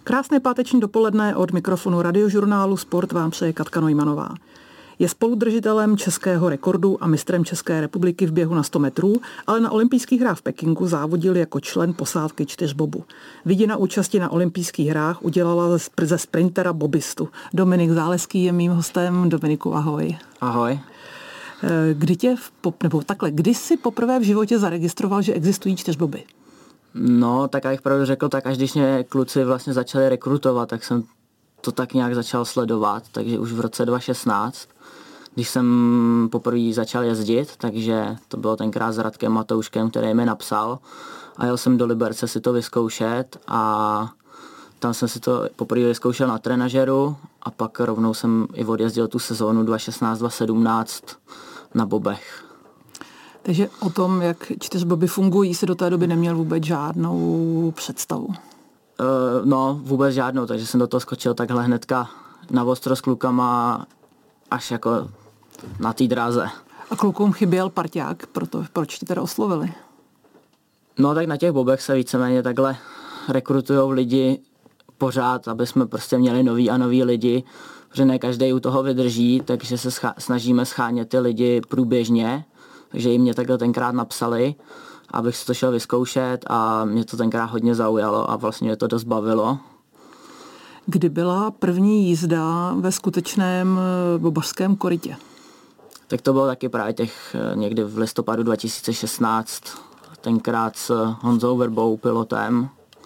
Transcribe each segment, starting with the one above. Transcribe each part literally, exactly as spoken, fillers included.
Krásné páteční dopoledne od mikrofonu Radiožurnálu Sport vám přeje Katka Neumannová. Je spoludržitelem českého rekordu a mistrem České republiky v běhu na sto metrů, ale na olympijských hrách v Pekingu závodil jako člen posádky čtyřbobu. Vidina účasti na olympijských hrách udělala ze sprintera bobistu. Dominik Záleský je mým hostem. Dominiku, ahoj. Ahoj. Kdy tě, nebo takhle, kdy jsi poprvé v životě zaregistroval, že existují čtyřboby? No, tak jak pravdu řekl, tak až když mě kluci vlastně začali rekrutovat, tak jsem to tak nějak začal sledovat, takže už v roce dva tisíce šestnáct, když jsem poprvé začal jezdit, takže to bylo tenkrát s Radkem Matouškem, který mi napsal a jel jsem do Liberce si to vyzkoušet a tam jsem si to poprvé vyzkoušel na trenažeru a pak rovnou jsem i odjezdil tu sezónu dva tisíce šestnáct dva tisíce sedmnáct na bobech. Takže o tom, jak čtyřboby fungují, si do té doby neměl vůbec žádnou představu? Uh, no, vůbec žádnou, takže jsem do toho skočil takhle hnedka na ostro s klukama až jako na té dráze. A klukům chyběl parťák, proto proč ti teda oslovili? No tak na těch bobech se víceméně takhle rekrutujou lidi pořád, aby jsme prostě měli nový a nový lidi, protože ne každý u toho vydrží, takže se schá- snažíme schánět ty lidi průběžně, takže jim mě takhle tenkrát napsali, abych si to šel vyzkoušet a mě to tenkrát hodně zaujalo a vlastně mě to dost bavilo. Kdy byla první jízda ve skutečném bobařském korytě? Tak to bylo taky právě těch někdy v listopadu dva tisíce šestnáct, tenkrát s Honzou Verbou, pilotem,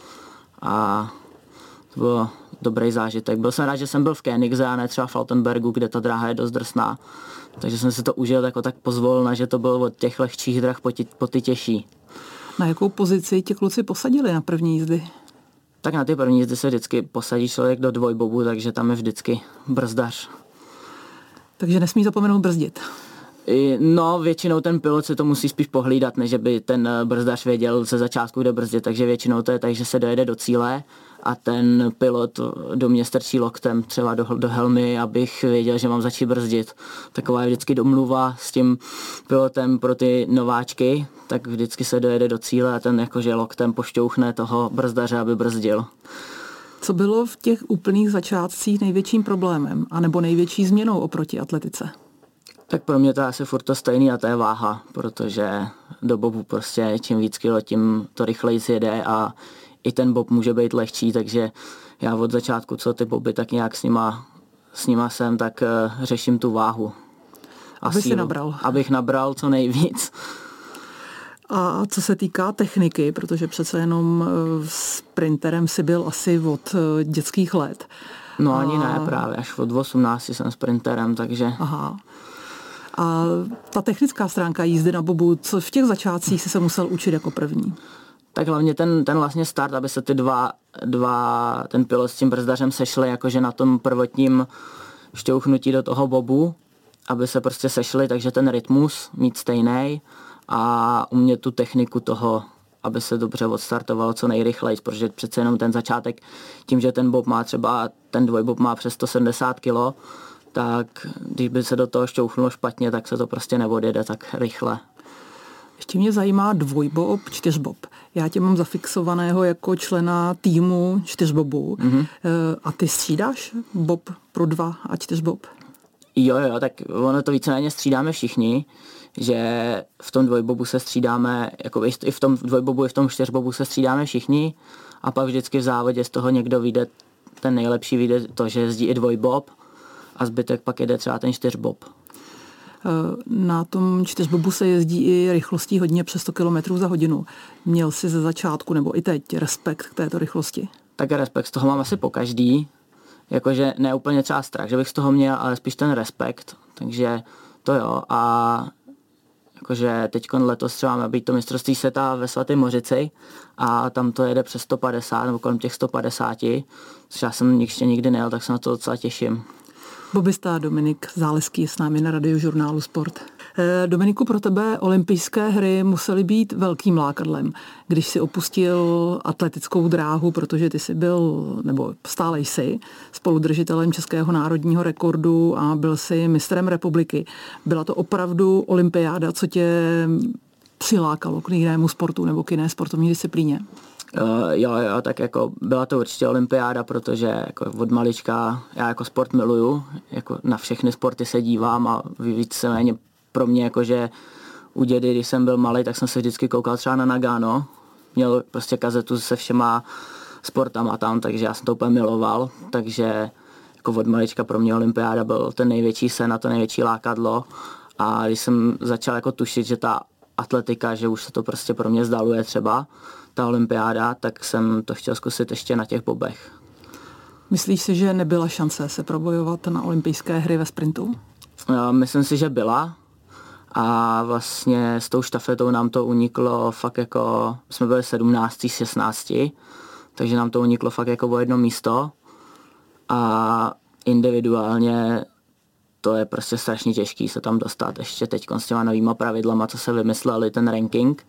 a to byl dobrý zážitek. Byl jsem rád, že jsem byl v Koenigseggu a ne třeba v Altenbergu, kde ta dráha je dost drsná, takže jsem si to užil jako tak pozvolna, že to bylo od těch lehčích drah po, ty, po ty těžší. Na jakou pozici tě kluci posadili na první jízdy? Tak na ty první jízdy se vždycky posadí člověk do dvojbobu, takže tam je vždycky brzdař. Takže nesmí zapomenout brzdit. No, většinou ten pilot si to musí spíš pohlídat, než by ten brzdař věděl ze začátku, kde brzdit, takže většinou to je tak, že se dojede do cíle a ten pilot do mě strčí loktem třeba do, do helmy, abych věděl, že mám začít brzdit. Taková je vždycky domluva s tím pilotem pro ty nováčky, tak vždycky se dojede do cíle a ten jakože loktem pošťouchne toho brzdaře, aby brzdil. Co bylo v těch úplných začátcích největším problémem, anebo největší změnou oproti atletice? Tak pro mě to je asi furt to stejný a to je váha, protože do bobu prostě čím víc kilo, tím to rychleji jede a i ten bob může být lehčí, takže já od začátku, co ty boby, tak nějak s nima, s nima jsem, tak uh, řeším tu váhu. A Aby sílu, si nabral. Abych nabral co nejvíc. A co se týká techniky, protože přece jenom sprinterem si byl asi od dětských let. No ani a... ne právě, až od osmnácti jsem sprinterem, takže... Aha. A ta technická stránka jízdy na bobu, co v těch začátcích si se musel učit jako první? Tak hlavně ten, ten vlastně start, aby se ty dva, dva, ten pilot s tím brzdařem sešli, jakože na tom prvotním šťouchnutí do toho bobu, aby se prostě sešli, takže ten rytmus mít stejný a umět tu techniku toho, aby se dobře odstartovalo co nejrychleji, protože přece jenom ten začátek, tím, že ten bob má třeba, ten dvojbob má přes sto sedmdesát kilo, tak když by se do toho šťouchnulo špatně, tak se to prostě neodjede tak rychle. Ještě mě zajímá dvojbob, čtyřbob. Já tě mám zafixovaného jako člena týmu čtyřbobů. Mm-hmm. A ty střídáš bob pro dva a čtyřbob? Jo, jo, tak ono to víceméně střídáme všichni, že v tom dvojbobu se střídáme, jako i v tom dvojbobu, i v tom čtyřbobu se střídáme všichni a pak vždycky v závodě z toho někdo vyjde, ten nejlepší vyjde to, že jezdí i dvojbob a zbytek pak jede třeba ten čtyřbob. Na tom čtyřbobu se jezdí i rychlostí hodně přes sto kilometrů za hodinu. Měl jsi ze začátku nebo i teď respekt k této rychlosti? Tak respekt z toho mám asi po každý. Jakože ne úplně třeba strach, že bych z toho měl, ale spíš ten respekt. Takže to jo. A jakože teďkon letos třeba má být to mistrovství světa ve Svatém Mořici a tam to jede přes sto padesát nebo kolem těch sto padesát, což já jsem ještě nikdy nejel, tak se na to docela těším. Bobista Dominik Záleský je s námi na Radiožurnálu Sport. Dominiku, pro tebe olympijské hry musely být velkým lákadlem, když si opustil atletickou dráhu, protože ty jsi byl, nebo stále jsi, spoludržitelem českého národního rekordu a byl jsi mistrem republiky. Byla to opravdu olympiáda, co tě přilákalo k jinému sportu nebo k jiné sportovní disciplíně? Uh, jo, jo, tak jako byla to určitě olympiáda, protože jako od malička já jako sport miluju, jako na všechny sporty se dívám a víceméně pro mě jakože u dědy, když jsem byl malý, tak jsem se vždycky koukal třeba na Nagano, měl prostě kazetu se všema sportama tam, takže já jsem to úplně miloval, takže jako od malička pro mě olympiáda byl ten největší sen a to největší lákadlo a když jsem začal jako tušit, že ta atletika, že už se to prostě pro mě zdaluje třeba, ta olympiáda, tak jsem to chtěl zkusit ještě na těch bobech. Myslíš si, že nebyla šance se probojovat na olympijské hry ve sprintu? Myslím si, že byla a vlastně s tou štafetou nám to uniklo fakt jako, jsme byli sedmnácti, šestnácti, takže nám to uniklo fakt jako o jedno místo a individuálně to je prostě strašně těžký se tam dostat ještě teď s těma novýma pravidlama, co se vymysleli, ten ranking.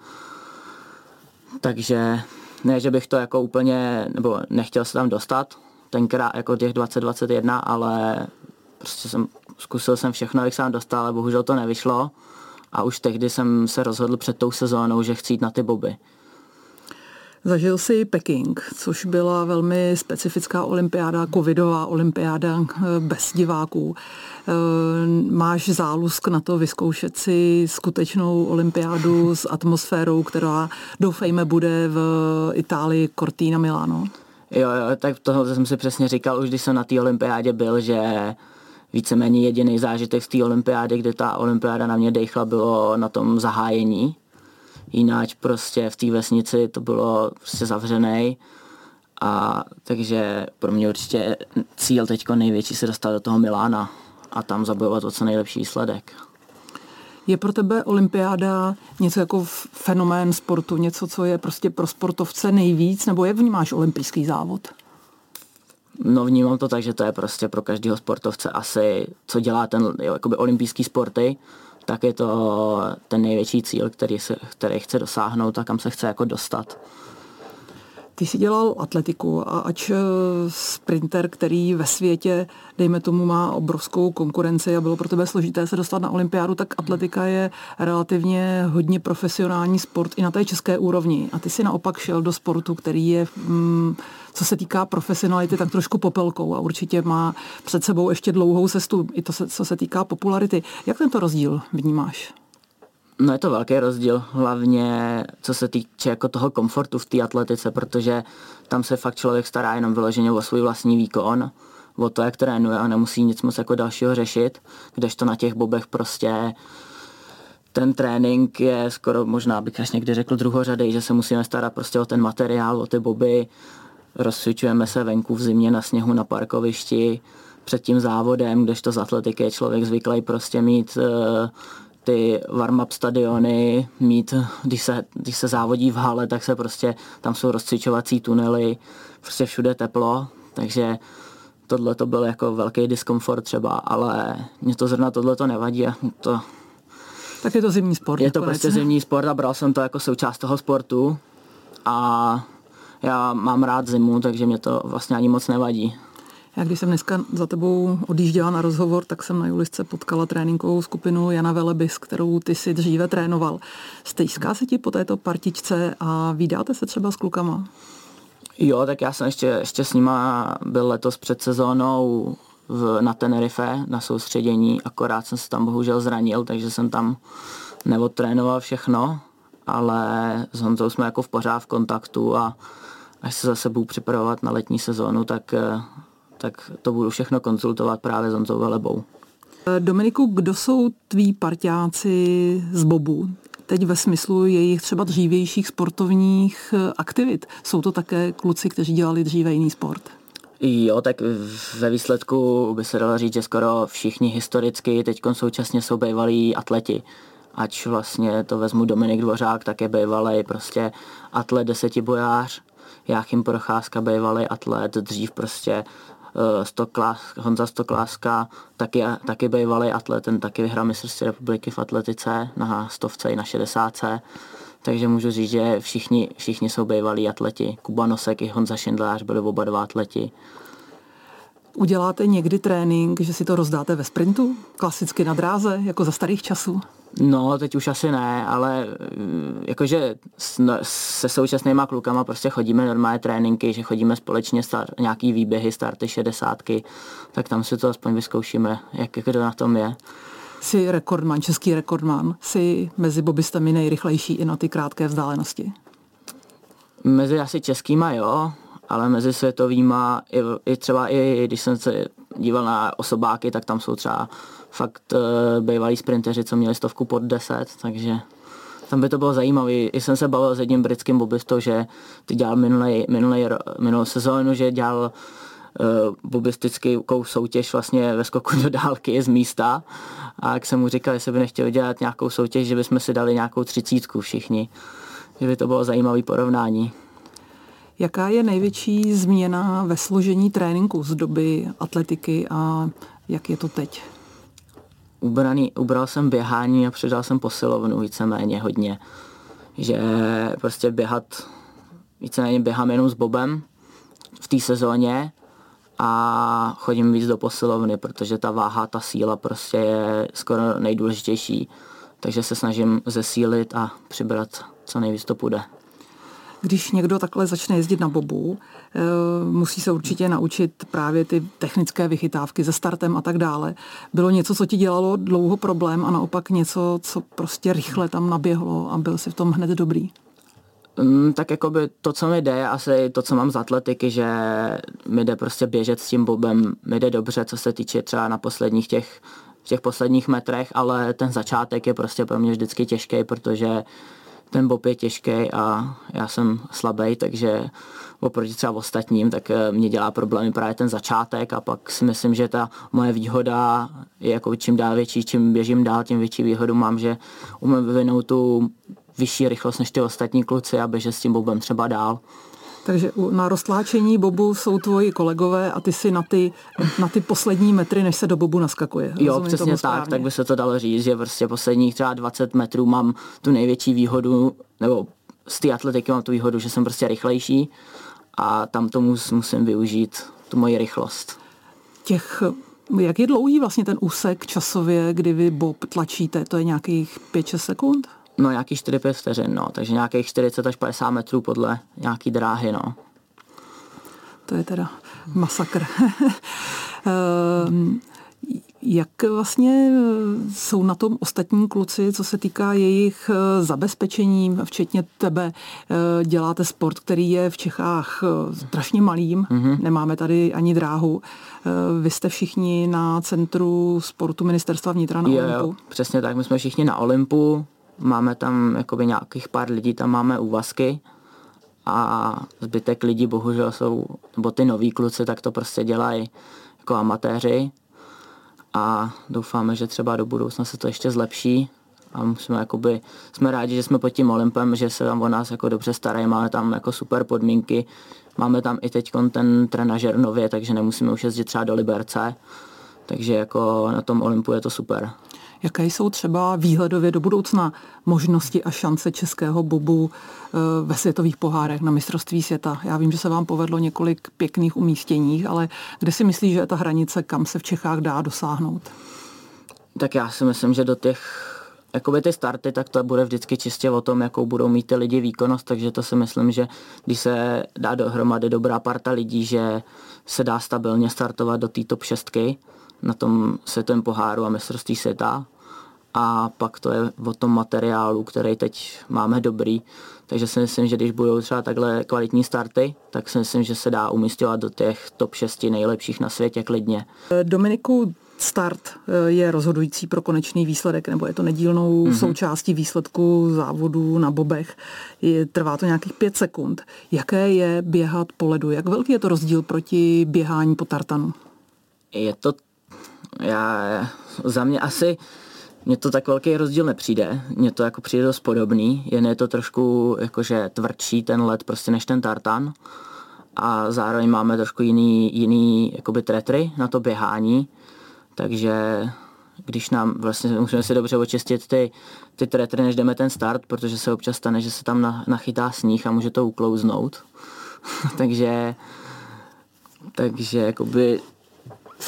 Takže ne, že bych to jako úplně, nebo nechtěl se tam dostat, tenkrát jako těch dvacet dvacet jedna, ale prostě jsem, zkusil jsem všechno, abych se tam dostal, ale bohužel to nevyšlo a už tehdy jsem se rozhodl před tou sezónou, že chci jít na ty boby. Zažil jsi Peking, což byla velmi specifická olympiáda, covidová olympiáda bez diváků. Máš zálusk na to vyzkoušet si skutečnou olympiádu s atmosférou, která doufejme bude v Itálii, Cortina, Milano? Jo, jo, tak tohle jsem si přesně říkal, už když jsem na té olympiádě byl, že víceméně jediný zážitek z té olympiády, kde ta olympiáda na mě dejchla, bylo na tom zahájení. Jináč prostě v té vesnici to bylo prostě zavřenej a takže pro mě určitě cíl teďko největší se dostat do toho Milána a tam zabojovat o co nejlepší výsledek. Je pro tebe olympiáda něco jako fenomén sportu, něco, co je prostě pro sportovce nejvíc, nebo jak vnímáš olympijský závod? No vnímám to tak, že to je prostě pro každého sportovce asi, co dělá ten jakoby olympijský sporty, tak je to ten největší cíl, který, se, který chce dosáhnout a kam se chce jako dostat. Ty jsi dělal atletiku a ač sprinter, který ve světě, dejme tomu, má obrovskou konkurenci a bylo pro tebe složité se dostat na olympiádu, tak atletika je relativně hodně profesionální sport i na té české úrovni. A ty jsi naopak šel do sportu, který je, co se týká profesionality, tak trošku popelkou a určitě má před sebou ještě dlouhou cestu, i to, co se týká popularity. Jak tento rozdíl vnímáš? No je to velký rozdíl, hlavně co se týče jako toho komfortu v té atletice, protože tam se fakt člověk stará jenom vyloženě o svůj vlastní výkon, o to, jak trénuje a nemusí nic moc jako dalšího řešit, kdežto na těch bobech prostě ten trénink je skoro, možná bych až někdy řekl druhořadej, že se musíme starat prostě o ten materiál, o ty boby, rozcvičujeme se venku v zimě na sněhu na parkovišti před tím závodem, kdežto z atletiky je člověk zvyklý prostě mít ty warm-up stadiony, mít, když se, když se závodí v hale, tak se prostě, tam jsou rozcvičovací tunely, prostě všude teplo, takže tohle to byl jako velký diskomfort třeba, ale mě to zrovna tohle to nevadí. To, tak je to zimní sport. Je to nakonec. Prostě zimní sport a bral jsem to jako součást toho sportu a já mám rád zimu, takže mě to vlastně ani moc nevadí. Já když jsem dneska za tebou odjížděla na rozhovor, tak jsem na Julisce potkala tréninkovou skupinu Jana Velebys, kterou ty si dříve trénoval. Stejská se ti po této partičce a vídáte se třeba s klukama? Jo, tak já jsem ještě, ještě s nima byl letos před sezónou v, na Tenerife na soustředění, akorát jsem se tam bohužel zranil, takže jsem tam neodtrénoval všechno, ale s Honzou jsme jako v pořád v kontaktu a až se zase budu připravovat na letní sezónu, tak tak to budu všechno konzultovat právě s Honzou Velebou. Dominiku, kdo jsou tví parťáci z bobu? Teď ve smyslu jejich třeba dřívějších sportovních aktivit. Jsou to také kluci, kteří dělali dříve jiný sport? Jo, tak ve výsledku by se dalo říct, že skoro všichni historicky teď současně jsou bývalí atleti. Ač vlastně to vezmu Dominik Dvořák, tak je bývalý prostě atlet desetibojář. Jáchym Procházka, bývalý atlet, dřív prostě Stoklás, Honza Stokláska, taky, taky bývalý atlet, ten taky vyhrál mistrovství republiky v atletice na stovce i na šedesátce. Takže můžu říct, že všichni, všichni jsou bývalí atleti. Kuba Nosek i Honza Šindlář byli oba dva atleti. Uděláte někdy trénink, že si to rozdáte ve sprintu? Klasicky na dráze, jako za starých časů? No, teď už asi ne, ale jakože se současnýma klukama prostě chodíme normálně tréninky, že chodíme společně start, nějaký výběhy, starty šedesátky, tak tam si to aspoň vyzkoušíme, jak kdo na tom je. Jsi rekordman, český rekordman, jsi mezi bobistami nejrychlejší i na ty krátké vzdálenosti? Mezi asi českýma jo, ale mezi světovýma, i, i třeba i když jsem se díval na osobáky, tak tam jsou třeba fakt uh, bývalí sprinteři, co měli stovku pod deset, takže tam by to bylo zajímavé. I jsem se bavil s jedním britským bobistou, že ty dělal minulý, minulý, minulou sezónu, že dělal uh, bobistickou soutěž vlastně ve skoku do dálky z místa a jak jsem mu říkal, jestli by nechtěl dělat nějakou soutěž, že bychom si dali nějakou třicítku všichni, že by to bylo zajímavé porovnání. Jaká je největší změna ve složení tréninku z doby atletiky a jak je to teď? Ubraný, ubral jsem běhání a přidal jsem posilovnu víceméně hodně. Že prostě běhat, víceméně běhám jenom s bobem v té sezóně a chodím víc do posilovny, protože ta váha, ta síla prostě je skoro nejdůležitější. Takže se snažím zesílit a přibrat co nejvíc to půjde. Když někdo takhle začne jezdit na bobu, musí se určitě naučit právě ty technické vychytávky se startem a tak dále. Bylo něco, co ti dělalo dlouho problém a naopak něco, co prostě rychle tam naběhlo a byl si v tom hned dobrý? Mm, tak jakoby to, co mi jde, asi to, co mám z atletiky, že mi jde prostě běžet s tím bobem, mi jde dobře, co se týče třeba na posledních těch, v těch posledních metrech, ale ten začátek je prostě pro mě vždycky těžký, protože ten bob je těžký a já jsem slabý, takže oproti třeba ostatním, tak mě dělá problémy právě ten začátek a pak si myslím, že ta moje výhoda je jako čím dál větší, čím běžím dál, tím větší výhodu mám, že umím vyvinout tu vyšší rychlost než ty ostatní kluci a běžet s tím bobem třeba dál. Takže na roztláčení bobu jsou tvoji kolegové a ty si na ty, na ty poslední metry, než se do bobu naskakuje. Jo, rozumím, přesně tak, tak by se to dalo říct, že prostě posledních třeba dvacet metrů mám tu největší výhodu, nebo z té atletiky mám tu výhodu, že jsem prostě rychlejší a tam tomu musím využít tu moji rychlost. Těch, jak je dlouhý vlastně ten úsek časově, kdy vy bob tlačíte? To je nějakých pět šest sekund? No nějaký čtyři pět vteřin, no, takže nějakých čtyřicet až padesát metrů podle nějaký dráhy, no. To je teda masakr. Jak vlastně jsou na tom ostatní kluci, co se týká jejich zabezpečení, včetně tebe? Děláte sport, který je v Čechách strašně malým, mm-hmm. nemáme tady ani dráhu. Vy jste všichni na Centru sportu Ministerstva vnitra na jo, Olympu? Jo, přesně tak, my jsme všichni na Olympu. Máme tam jakoby nějakých pár lidí, tam máme úvazky a zbytek lidí bohužel jsou, nebo ty noví kluci, tak to prostě dělají jako amatéři a doufáme, že třeba do budoucna se to ještě zlepší a musíme jakoby, jsme rádi, že jsme pod tím Olympem, že se tam o nás jako dobře starají, máme tam jako super podmínky, máme tam i teď ten trenažer nově, takže nemusíme už jezdit třeba do Liberce, takže jako na tom Olympu je to super. Jaké jsou třeba výhledově do budoucna možnosti a šance českého bobu ve světových pohárech na mistrovství světa? Já vím, že se vám povedlo několik pěkných umístění, ale kde si myslíš, že je ta hranice, kam se v Čechách dá dosáhnout? Tak já si myslím, že do těch jakoby ty starty, tak to bude vždycky čistě o tom, jakou budou mít ty lidi výkonnost, takže to si myslím, že když se dá dohromady dobrá parta lidí, že se dá stabilně startovat do té top šestky, na tom světovém poháru a mistrovství světa a pak to je o tom materiálu, který teď máme dobrý, takže si myslím, že když budou třeba takhle kvalitní starty, tak si myslím, že se dá umísťovat do těch top šesti nejlepších na světě klidně. Dominiku, start je rozhodující pro konečný výsledek, nebo je to nedílnou mm-hmm. součástí výsledku závodu na bobech. Je, trvá to nějakých pět sekund. Jaké je běhat po ledu? Jak velký je to rozdíl proti běhání po tartanu? Je to Já, za mě asi, mně to tak velký rozdíl nepřijde, mně to jako přijde dost podobný, jen je to trošku jakože tvrdší ten led prostě než ten tartan a zároveň máme trošku jiný, jiný jakoby tretry na to běhání, takže když nám vlastně musíme si dobře očistit ty, ty tretry, než jdeme ten start, protože se občas stane, že se tam na, nachytá sníh a může to uklouznout, takže takže jakoby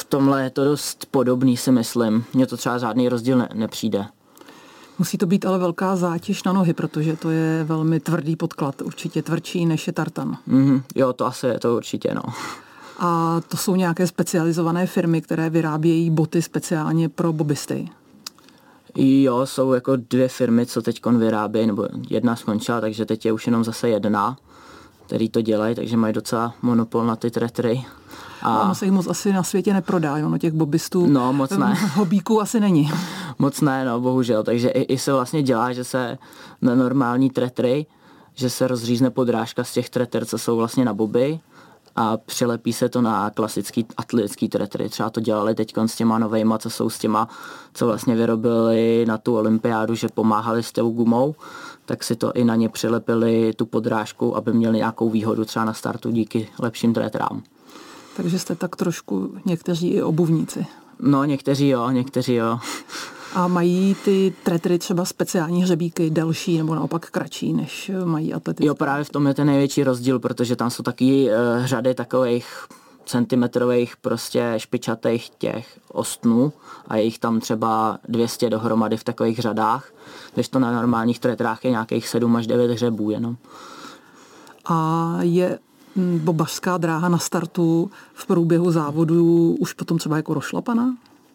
tomhle je to dost podobný, si myslím. Mně to třeba žádný rozdíl ne, nepřijde. Musí to být ale velká zátěž na nohy, protože to je velmi tvrdý podklad, určitě tvrdší než je tartan. Mm-hmm. Jo, to asi je to určitě, no. A to jsou nějaké specializované firmy, které vyrábějí boty speciálně pro bobisty? Jo, jsou jako dvě firmy, co teď vyrábějí, nebo jedna skončila, takže teď je už jenom zase jedna, který to dělají, takže mají docela monopol na ty tretry. A ono se jich moc asi na světě neprodá, jo? No těch bobistů, no, moc ne. hobíků asi není. Moc ne, no, bohužel, takže i, i se vlastně dělá, že se na normální tretry, že se rozřízne podrážka z těch treter, co jsou vlastně na boby, a přilepí se to na klasický atletický tretry. Třeba to dělali teď s těma novejma, co jsou s těma, co vlastně vyrobili na tu olympiádu, že pomáhali s tou gumou, tak si to i na ně přilepili tu podrážku, aby měli nějakou výhodu třeba na startu díky lepším tretrám. Takže jste tak trošku někteří i obuvníci. No, někteří jo, někteří jo. A mají ty tretry třeba speciální hřebíky delší nebo naopak kratší, než mají atletické? Jo, právě v tom je ten největší rozdíl, protože tam jsou taky uh, řady takových centimetrových prostě špičatých těch ostnů a je jich tam třeba dvě stě dohromady v takových řadách, když to na normálních tretrách je nějakých sedm až devět hřebů jenom. A je bobařská dráha na startu v průběhu závodu už potom třeba jako rozšlapaná?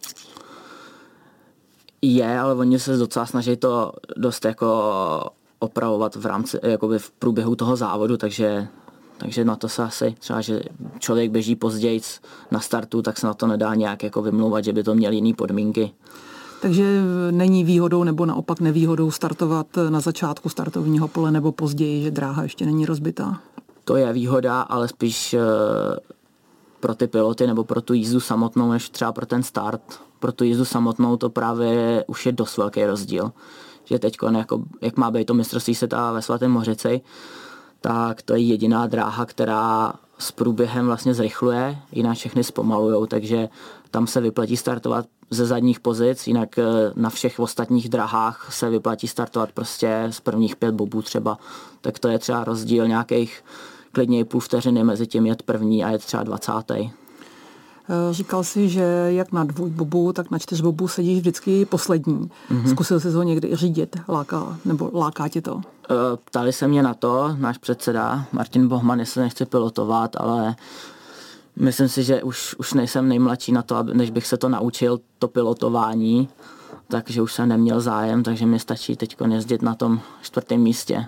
Je, ale oni se docela snaží to dost jako opravovat v rámci, jakoby v průběhu toho závodu, takže, takže na to se asi třeba, že člověk běží později na startu, tak se na to nedá nějak jako vymlouvat, že by to měl jiný podmínky. Takže není výhodou nebo naopak nevýhodou startovat na začátku startovního pole nebo později, že dráha ještě není rozbitá? To je výhoda, ale spíš pro ty piloty nebo pro tu jízdu samotnou, než třeba pro ten start. Pro tu jízdu samotnou to právě už je dost velký rozdíl. Že teď, jako, jak má být to mistrovství světa ve Svatém Mořici, tak to je jediná dráha, která s průběhem vlastně zrychluje, jinak všechny zpomalujou, takže tam se vyplatí startovat ze zadních pozic, jinak na všech ostatních drahách se vyplatí startovat prostě z prvních pět bobů třeba. Tak to je třeba rozdíl nějakých klidně i půl vteřiny mezi tím jet první a jet třeba dvacátý. Říkal jsi, že jak na dvojbobu, tak na čtyřbobu sedíš vždycky poslední. Mm-hmm. Zkusil jsi ho někdy řídit? Láká, nebo láká tě to? Ptali se mě na to, náš předseda Martin Bohman, jestli nechci pilotovat, ale myslím si, že už, už nejsem nejmladší na to, než bych se to naučil, to pilotování, takže už jsem neměl zájem, takže mi stačí teď jezdit na tom čtvrtém místě.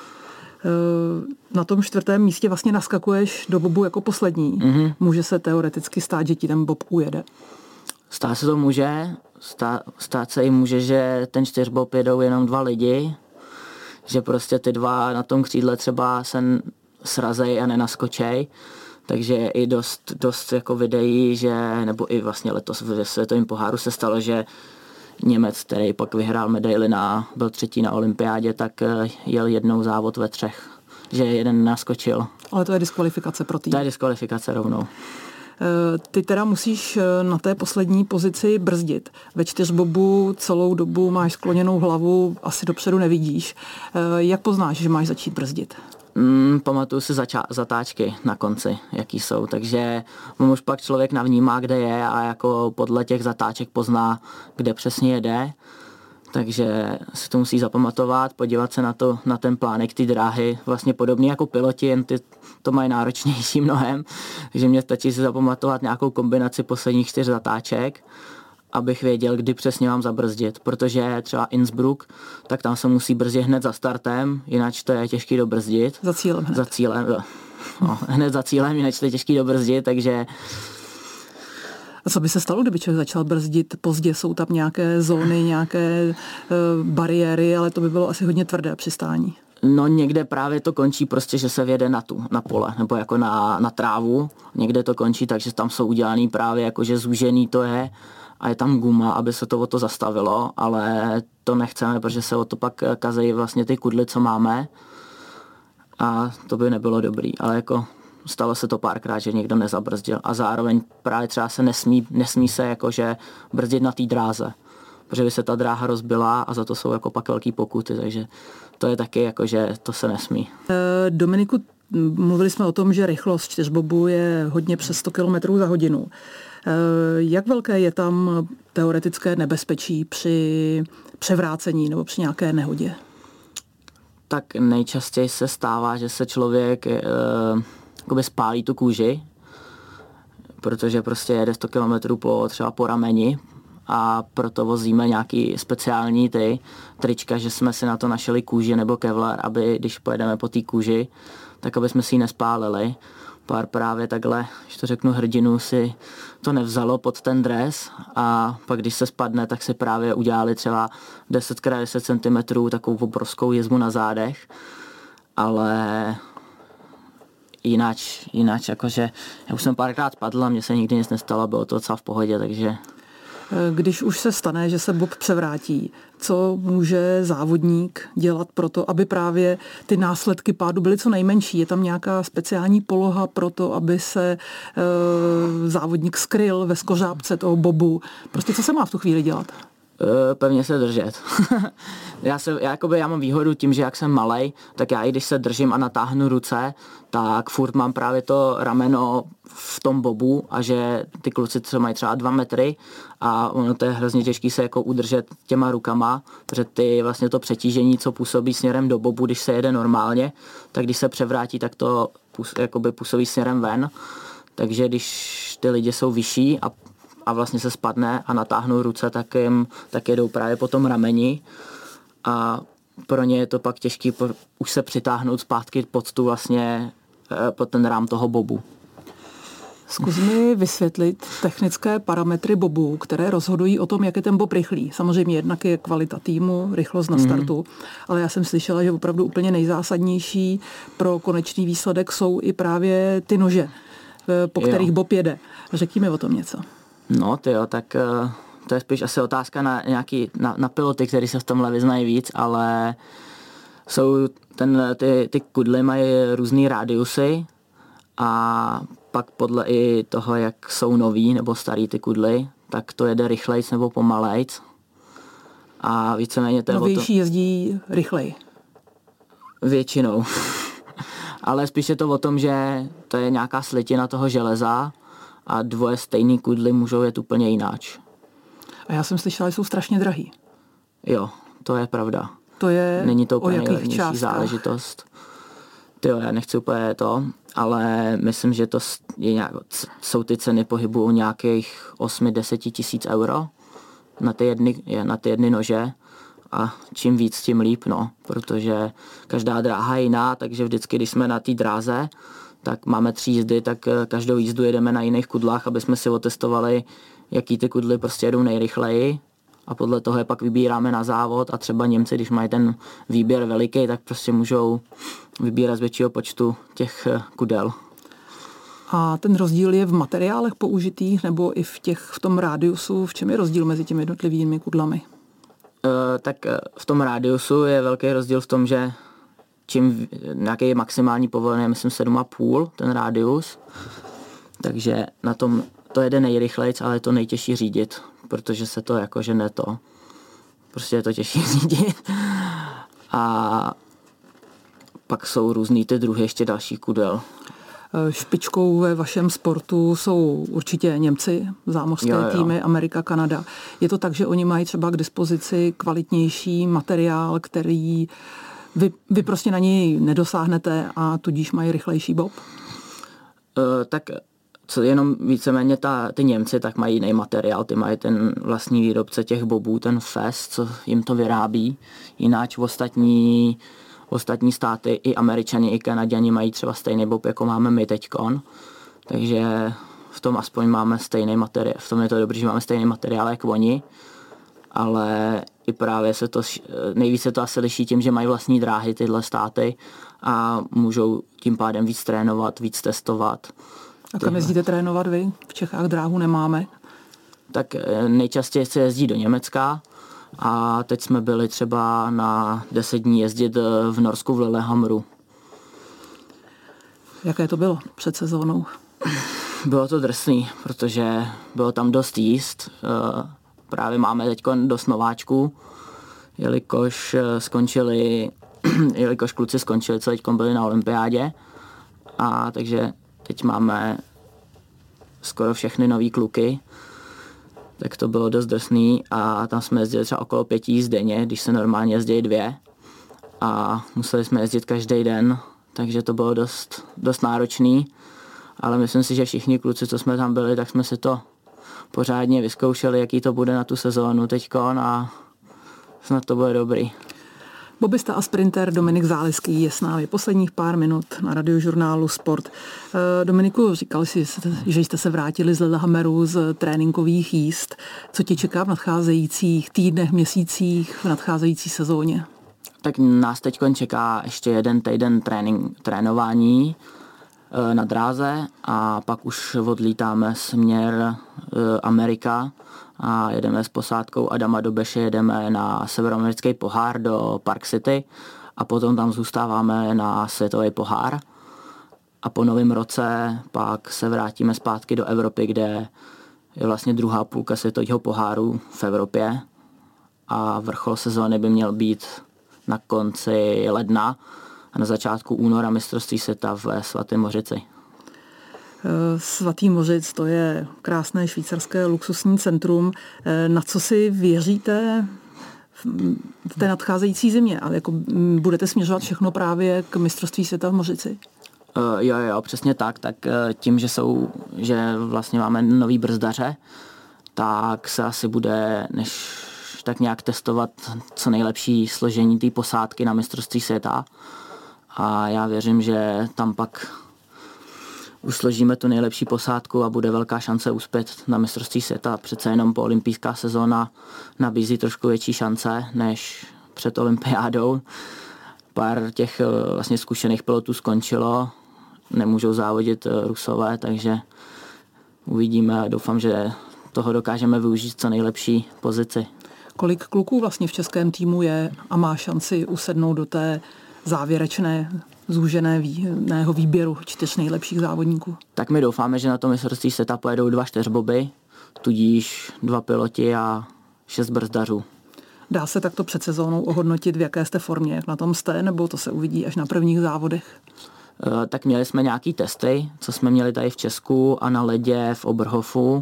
Na tom čtvrtém místě vlastně naskakuješ do bobu jako poslední. Mm-hmm. Může se teoreticky stát, že ti ten bob ujede? Stát se to může. Stát, stát se i může, že ten čtyřbob jedou jenom dva lidi, že prostě ty dva na tom křídle třeba se srazej a nenaskočej. Takže je i dost, dost jako videí, že, nebo i vlastně letos ve světovém poháru se stalo, že Němec, který pak vyhrál medaili na, byl třetí na olympiádě, tak jel jednou závod ve třech, že jeden naskočil. Ale to je diskvalifikace pro tým. To je diskvalifikace rovnou. Ty teda musíš na té poslední pozici brzdit. Ve čtyřbobu celou dobu máš skloněnou hlavu, asi dopředu nevidíš. Jak poznáš, že máš začít brzdit? Mm, pamatuju si zača- zatáčky na konci, jaký jsou, takže už pak člověk navnímá, kde je a jako podle těch zatáček pozná, kde přesně jede. Takže si to musí zapamatovat, podívat se na, to, na ten plánek ty dráhy, vlastně podobný jako piloti, jen ty to mají náročnější mnohem, takže mě stačí si zapamatovat nějakou kombinaci posledních čtyř zatáček, abych věděl, kdy přesně mám zabrzdit, protože třeba Innsbruck, tak tam se musí brzdit hned za startem, jinak to je těžký dobrzdit. Za cílem hned. Za cílem, no, hned za cílem, jinak to je těžký dobrzdit, takže... A co by se stalo, kdyby člověk začal brzdit pozdě? Jsou tam nějaké zóny, nějaké uh, bariéry, ale to by bylo asi hodně tvrdé přistání. No někde právě to končí prostě, že se vjede na tu, na pole, nebo jako na, na trávu. Někde to končí, takže tam jsou udělaný právě jakože zúžený to je a je tam guma, aby se to o to zastavilo, ale to nechceme, protože se o to pak kazejí vlastně ty kudly, co máme a to by nebylo dobrý, ale jako stalo se to párkrát, že někdo nezabrzdil a zároveň právě třeba se nesmí, nesmí se jakože brzdit na té dráze, protože by se ta dráha rozbila a za to jsou jako pak velký pokuty, takže to je taky jako, že to se nesmí. Dominiku, Mluvili jsme o tom, že rychlost čtyřbobu je hodně přes sto kilometrů za hodinu. Jak velké je tam teoretické nebezpečí při převrácení nebo při nějaké nehodě? Tak nejčastěji se stává, že se člověk e, jakoby spálí tu kůži, protože prostě jede sto kilometrů po, třeba po rameni a proto vozíme nějaký speciální ty trička, že jsme si na to našili kůži nebo kevlar, aby když pojedeme po té kůži, tak aby jsme si ji nespálili. Pár právě takhle, když to řeknu hrdinů, si to nevzalo pod ten dres a pak když se spadne, tak si právě udělali třeba deset krát deset centimetrů takovou obrovskou jizvu na zádech, ale jinak, jinak jakože, já už jsem párkrát spadl a mně se nikdy nic nestalo, bylo to docela v pohodě, takže... Když už se stane, že se bob převrátí, co může závodník dělat pro to, aby právě ty následky pádu byly co nejmenší? Je tam nějaká speciální poloha pro to, aby se e, závodník skryl ve skořápce toho bobu? Prostě co se má v tu chvíli dělat? Pevně se držet. já, se, já, jakoby, já mám výhodu tím, že jak jsem malej, tak já i když se držím a natáhnu ruce, tak furt mám právě to rameno v tom bobu a že ty kluci, co mají třeba dva metry a ono to je hrozně těžký se jako udržet těma rukama, protože ty vlastně to přetížení, co působí směrem do bobu, když se jede normálně, tak když se převrátí, tak to jakoby působí směrem ven. Takže když ty lidi jsou vyšší a a vlastně se spadne a natáhnou ruce, tak, jim, tak jedou právě po tom rameni a pro ně je to pak těžký už se přitáhnout zpátky pod tu vlastně, pod ten rám toho bobu. Zkus mi vysvětlit technické parametry bobu, které rozhodují o tom, jak je ten bob rychlý. Samozřejmě jednak je kvalita týmu, rychlost na startu, mm. ale já jsem slyšela, že opravdu úplně nejzásadnější pro konečný výsledek jsou i právě ty nože, po kterých jo. bob jede. Řekni mi o tom něco. No tyjo, tak to je spíš asi otázka na nějaký, na, na piloty, kteří se v tomhle vyznají víc, ale jsou ten, ty, ty kudly mají různý rádiusy a pak podle i toho, jak jsou nový nebo starý ty kudly, tak to jede rychlejc nebo pomalejc. A víceméně to je novější to... jezdí rychleji. Většinou. Ale spíš je to o tom, že to je nějaká slitina toho železa, a dvoje stejný kudly můžou jet úplně jináč. A já jsem slyšela, že jsou strašně drahý. Jo, to je pravda. To je Není to o úplně jakých nejlevnější částkách? záležitost. Tyjo, já nechci úplně to, ale myslím, že to je nějak, jsou ty ceny pohybu nějakých osm až deset tisíc euro na ty, jedny, na ty jedny nože. A čím víc, tím líp, no. Protože každá dráha je jiná, takže vždycky, když jsme na té dráze, tak máme tři jízdy, tak každou jízdu jedeme na jiných kudlách, aby jsme si otestovali, jaký ty kudly prostě jedou nejrychleji a podle toho je pak vybíráme na závod a třeba Němci, když mají ten výběr veliký, tak prostě můžou vybírat z většího počtu těch kudel. A ten rozdíl je v materiálech použitých nebo i v, těch, v tom rádiusu? V čem je rozdíl mezi těmi jednotlivými kudlami? E, tak v tom rádiusu je velký rozdíl v tom, že čím nějaký je maximální povolený, myslím sedm a půl ten rádius, takže na tom to jede nejrychlejc, ale je to nejtěžší řídit, protože se to jakože ne to, prostě je to těžší řídit. A pak jsou různý ty druhy ještě další kudel. Špičkou ve vašem sportu jsou určitě Němci, zámořské jo, jo. týmy, Amerika, Kanada. Je to tak, že oni mají třeba k dispozici kvalitnější materiál, který Vy, vy prostě na něj nedosáhnete a tudíž mají rychlejší bob? Uh, tak co jenom víceméně ta, ty Němci tak mají jiný materiál, ty mají ten vlastní výrobce těch bobů, ten F E S, co jim to vyrábí. Jináč v ostatní, v ostatní státy i Američani, i Kanaďani mají třeba stejný bob, jako máme my teďkon. Takže v tom aspoň máme stejný materiál, v tom je to dobrý, že máme stejný materiál jako oni. Ale i právě se to, nejvíce to asi liší tím, že mají vlastní dráhy tyhle státy a můžou tím pádem víc trénovat, víc testovat. A kam jezdíte trénovat vy? V Čechách dráhu nemáme. Tak nejčastěji se jezdí do Německa a teď jsme byli třeba na deset dní jezdit v Norsku v Lillehammeru. Jaké to bylo před sezónou? Bylo to drsný, protože bylo tam dost jízd. Právě máme teď dost nováčků, jelikož skončili, jelikož kluci skončili, co teď byli na olympiádě A takže teď máme skoro všechny nový kluky, tak to bylo dost drsný a tam jsme jezdili třeba okolo pěti jízd denně, když se normálně jezdí dvě a museli jsme jezdit každý den, takže to bylo dost, dost náročný, ale myslím si, že všichni kluci, co jsme tam byli, tak jsme si to pořádně vyzkoušeli, jaký to bude na tu sezónu teďkon a snad to bude dobrý. Bobista a sprinter Dominik Záleský je s námi posledních pár minut na radiožurnálu Sport. Dominiku, říkali jsi, že jste se vrátili z Lillehammeru z tréninkových jízd. Co tě čeká v nadcházejících týdnech, měsících, v nadcházející sezóně? Tak nás teď čeká ještě jeden týden trénink, trénování na dráze a pak už odlítáme směr Amerika a jedeme s posádkou Adama Dobeše, jedeme na severoamerický pohár do Park City a potom tam zůstáváme na světový pohár a po novém roce pak se vrátíme zpátky do Evropy, kde je vlastně druhá půlka světového poháru v Evropě a vrchol sezóny by měl být na konci ledna a na začátku února mistrovství světa ve Svatém Mořici. Svatý Mořic, to je krásné švýcarské luxusní centrum. Na co si věříte v té nadcházející zimě? Ale jako budete směřovat všechno právě k mistrovství světa v Mořici? Uh, jo, jo, přesně tak. Tak tím, že jsou, že vlastně máme nový brzdaře, tak se asi bude, než tak nějak testovat co nejlepší složení té posádky na mistrovství světa. A já věřím, že tam pak už složíme tu nejlepší posádku a bude velká šance uspět na mistrovství světa. Přece jenom po olympijská sezóna nabízí trošku větší šance než před olympiádou. Pár těch vlastně zkušených pilotů skončilo, nemůžou závodit Rusové, takže uvidíme a doufám, že toho dokážeme využít co nejlepší pozici. Kolik kluků vlastně v českém týmu je a má šanci usednout do té závěrečné zúženého výběru čtyř nejlepších závodníků? Tak my doufáme, že na to mistrovství světa pojedou dva čtyřboby, tudíž dva piloti a šest brzdařů. Dá se takto před sezónou ohodnotit, v jaké jste formě, jak na tom jste, nebo to se uvidí až na prvních závodech? E, tak měli jsme nějaký testy, co jsme měli tady v Česku a na ledě v Oberhofu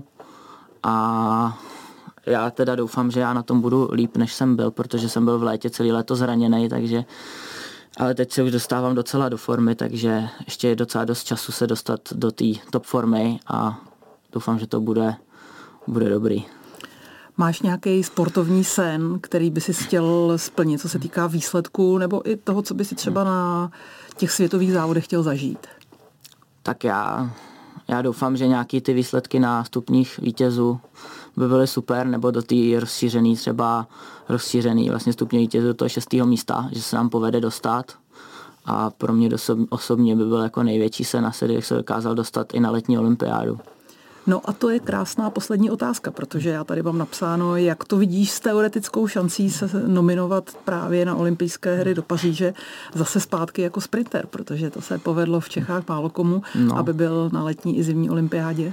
a já teda doufám, že já na tom budu líp, než jsem byl, protože jsem byl v létě celý léto zraněný, takže ale teď se už dostávám docela do formy, takže ještě je docela dost času se dostat do té top formy a doufám, že to bude, bude dobrý. Máš nějaký sportovní sen, který by si chtěl splnit, co se týká výsledku, nebo i toho, co by si třeba na těch světových závodech chtěl zažít? Tak já, já doufám, že nějaký ty výsledky na stupních vítězů by byly super, nebo do té rozšířený třeba rozšířený vlastně stupně vítězů do toho šestého místa, že se nám povede dostat. A pro mě osobně by byl jako největší sen asi, kdybych se dokázal dostat i na letní olympiádu. No a to je krásná poslední otázka, protože já tady mám napsáno, jak to vidíš s teoretickou šancí se nominovat právě na olympijské hry do Paříže zase zpátky jako sprinter, protože to se povedlo v Čechách málo komu, no. aby byl na letní i zimní olympiádě.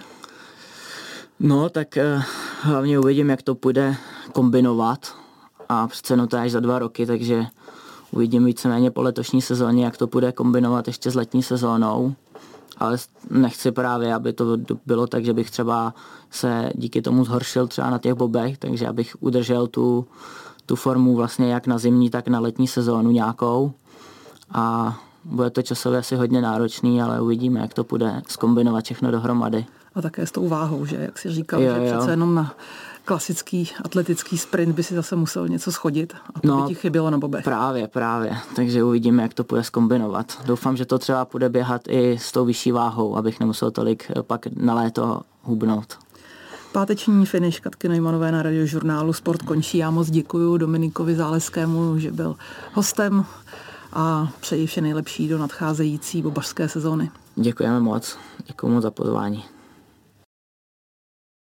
No, tak eh, hlavně uvidím, jak to půjde kombinovat a přece no to je až za dva roky, takže uvidím víceméně po letošní sezóně, jak to půjde kombinovat ještě s letní sezónou, ale nechci právě, aby to bylo tak, že bych třeba se díky tomu zhoršil třeba na těch bobech, takže abych udržel tu, tu formu vlastně jak na zimní, tak na letní sezónu nějakou a bude to časově asi hodně náročný, ale uvidíme, jak to půjde zkombinovat všechno dohromady. A také s tou váhou, že jak jsi říkal, jo, že jo. přece jenom na klasický atletický sprint by si zase musel něco schodit a to no, by ti chybělo na bobech. Právě, právě. Takže uvidíme, jak to půjde zkombinovat. Doufám, že to třeba půjde běhat i s tou vyšší váhou, abych nemusel tolik pak na léto hubnout. Páteční finish Katky Neumanové na radiožurnálu Sport končí. Já moc děkuju Dominikovi Záleskému, že byl hostem a přeji vše nejlepší do nadcházející bobařské sezóny. Děkujeme moc. Děkuji moc za pozvání.